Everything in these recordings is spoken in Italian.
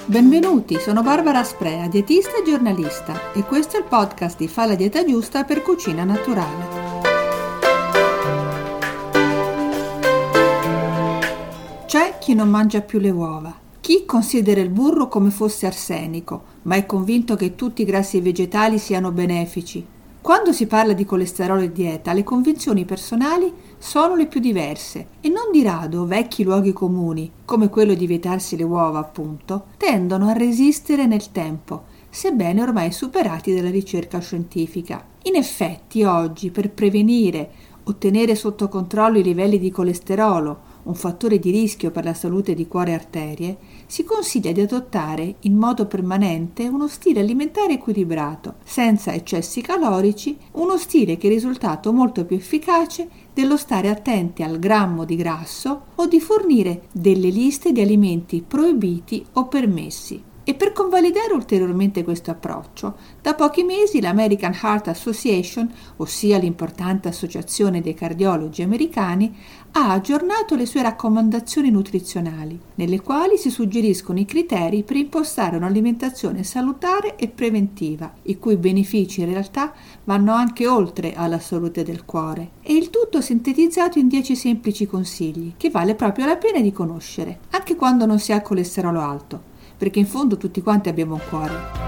Benvenuti, sono Barbara Sprea, dietista e giornalista, e questo è il podcast di Fa la dieta giusta per cucina naturale. C'è chi non mangia più le uova, chi considera il burro come fosse arsenico, ma è convinto che tutti i grassi vegetali siano benefici. Quando si parla di colesterolo e dieta, le convinzioni personali sono le più diverse e non di rado vecchi luoghi comuni, come quello di vietarsi le uova appunto, tendono a resistere nel tempo, sebbene ormai superati dalla ricerca scientifica. In effetti oggi, per prevenire o tenere sotto controllo i livelli di colesterolo, un fattore di rischio per la salute di cuore e arterie, si consiglia di adottare in modo permanente uno stile alimentare equilibrato, senza eccessi calorici, uno stile che è risultato molto più efficace dello stare attenti al grammo di grasso o di fornire delle liste di alimenti proibiti o permessi. E per convalidare ulteriormente questo approccio, da pochi mesi l'American Heart Association, ossia l'importante associazione dei cardiologi americani, ha aggiornato le sue raccomandazioni nutrizionali, nelle quali si suggeriscono i criteri per impostare un'alimentazione salutare e preventiva, i cui benefici in realtà vanno anche oltre alla salute del cuore. E il tutto sintetizzato in 10 semplici consigli, che vale proprio la pena di conoscere, anche quando non si ha colesterolo alto, perché in fondo tutti quanti abbiamo un cuore.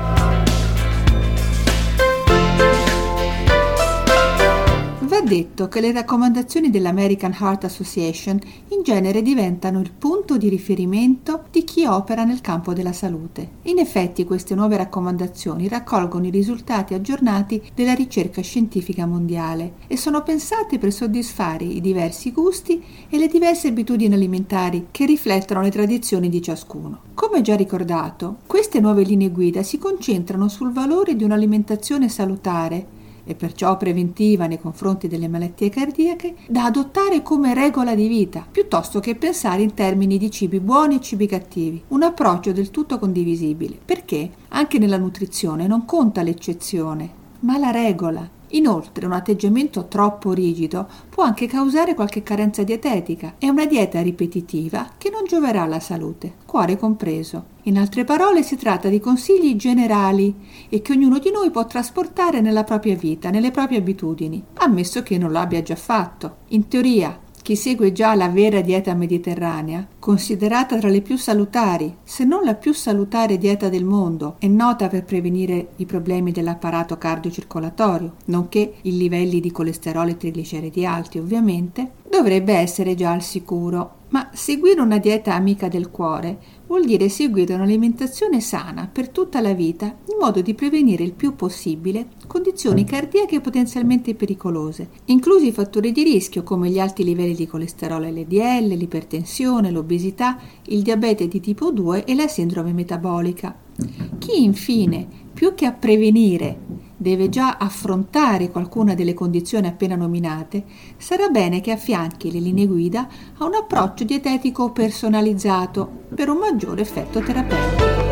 Va detto che le raccomandazioni dell'American Heart Association in genere diventano il punto di riferimento di chi opera nel campo della salute. In effetti queste nuove raccomandazioni raccolgono i risultati aggiornati della ricerca scientifica mondiale e sono pensate per soddisfare i diversi gusti e le diverse abitudini alimentari che riflettono le tradizioni di ciascuno. Come già ricordato, queste nuove linee guida si concentrano sul valore di un'alimentazione salutare e perciò preventiva nei confronti delle malattie cardiache, da adottare come regola di vita, piuttosto che pensare in termini di cibi buoni e cibi cattivi, un approccio del tutto condivisibile, perché anche nella nutrizione non conta l'eccezione, ma la regola. Inoltre, un atteggiamento troppo rigido può anche causare qualche carenza dietetica e una dieta ripetitiva che non gioverà alla salute, cuore compreso. In altre parole, si tratta di consigli generali e che ognuno di noi può trasportare nella propria vita, nelle proprie abitudini, ammesso che non l'abbia già fatto. In teoria, chi segue già la vera dieta mediterranea, considerata tra le più salutari, se non la più salutare dieta del mondo, è nota per prevenire i problemi dell'apparato cardiocircolatorio, nonché i livelli di colesterolo e trigliceridi alti, ovviamente, dovrebbe essere già al sicuro. Ma seguire una dieta amica del cuore vuol dire seguire un'alimentazione sana per tutta la vita in modo di prevenire il più possibile condizioni cardiache potenzialmente pericolose, inclusi i fattori di rischio come gli alti livelli di colesterolo LDL, l'ipertensione, l'obesità, il diabete di tipo 2 e la sindrome metabolica. Chi infine, più che a prevenire, deve già affrontare qualcuna delle condizioni appena nominate, sarà bene che affianchi le linee guida a un approccio dietetico personalizzato per un maggiore effetto terapeutico.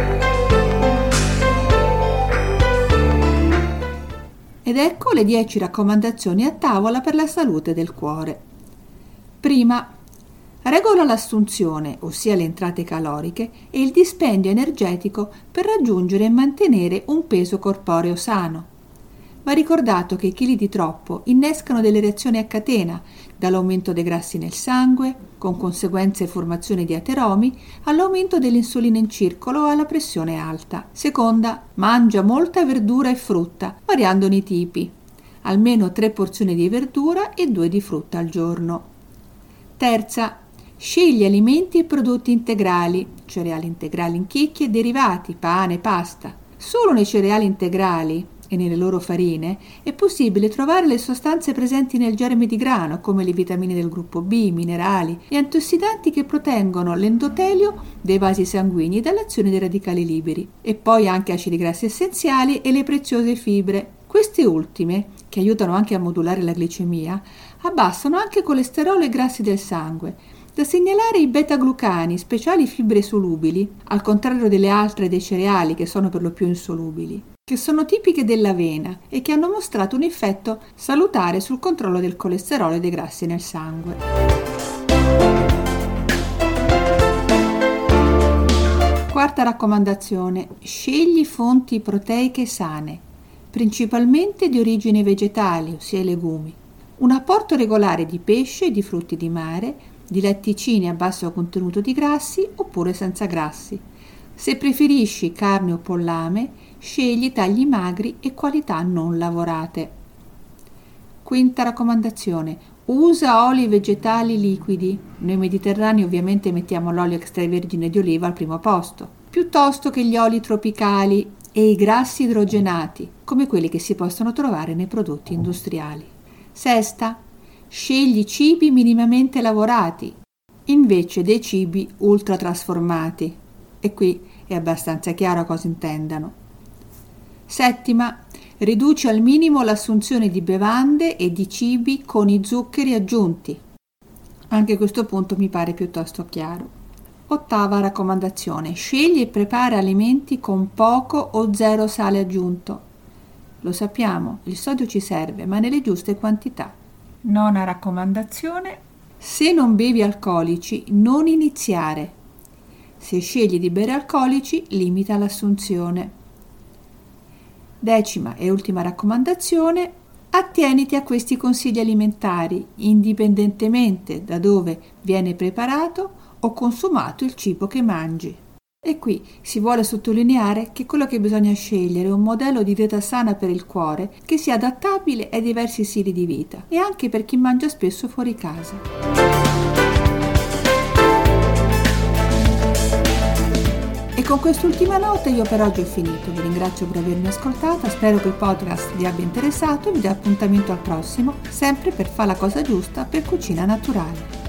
Ed ecco le 10 raccomandazioni a tavola per la salute del cuore. Prima, regola l'assunzione, ossia le entrate caloriche, e il dispendio energetico per raggiungere e mantenere un peso corporeo sano. Va ricordato che i chili di troppo innescano delle reazioni a catena, dall'aumento dei grassi nel sangue, con conseguenze formazione di ateromi, all'aumento dell'insulina in circolo o alla pressione alta. Seconda, mangia molta verdura e frutta, variandone i tipi, almeno 3 porzioni di verdura e 2 di frutta al giorno. Terza, scegli alimenti e prodotti integrali, cereali integrali in chicchi e derivati, pane, pasta. Solo nei cereali integrali e nelle loro farine è possibile trovare le sostanze presenti nel germe di grano, come le vitamine del gruppo B, minerali e antiossidanti che proteggono l'endotelio dei vasi sanguigni dall'azione dei radicali liberi, e poi anche acidi grassi essenziali e le preziose fibre. Queste ultime, che aiutano anche a modulare la glicemia, abbassano anche colesterolo e grassi del sangue. Da segnalare i beta-glucani, speciali fibre solubili, al contrario delle altre dei cereali che sono per lo più insolubili, che sono tipiche dell'avena e che hanno mostrato un effetto salutare sul controllo del colesterolo e dei grassi nel sangue. Quarta raccomandazione: scegli fonti proteiche sane, principalmente di origine vegetale, ossia i legumi. Un apporto regolare di pesce e di frutti di mare, di latticini a basso contenuto di grassi oppure senza grassi. Se preferisci carne o pollame, scegli tagli magri e qualità non lavorate. Quinta raccomandazione: usa oli vegetali liquidi. Noi mediterranei ovviamente mettiamo l'olio extravergine di oliva al primo posto, piuttosto che gli oli tropicali e i grassi idrogenati, come quelli che si possono trovare nei prodotti industriali. Sesta: scegli cibi minimamente lavorati, invece dei cibi ultratrasformati. E qui è abbastanza chiaro cosa intendano. Settima: riduci al minimo l'assunzione di bevande e di cibi con i zuccheri aggiunti. Anche questo punto mi pare piuttosto chiaro. Ottava raccomandazione: scegli e prepara alimenti con poco o zero sale aggiunto. Lo sappiamo, il sodio ci serve, ma nelle giuste quantità. Nona raccomandazione: se non bevi alcolici, non iniziare. Se scegli di bere alcolici, limita l'assunzione. Decima e ultima raccomandazione: attieniti a questi consigli alimentari, indipendentemente da dove viene preparato o consumato il cibo che mangi. E qui si vuole sottolineare che quello che bisogna scegliere è un modello di dieta sana per il cuore che sia adattabile ai diversi stili di vita e anche per chi mangia spesso fuori casa. E con quest'ultima nota io per oggi ho finito. Vi ringrazio per avermi ascoltata, spero che il podcast vi abbia interessato e vi do appuntamento al prossimo, sempre per fare la cosa giusta per cucina naturale.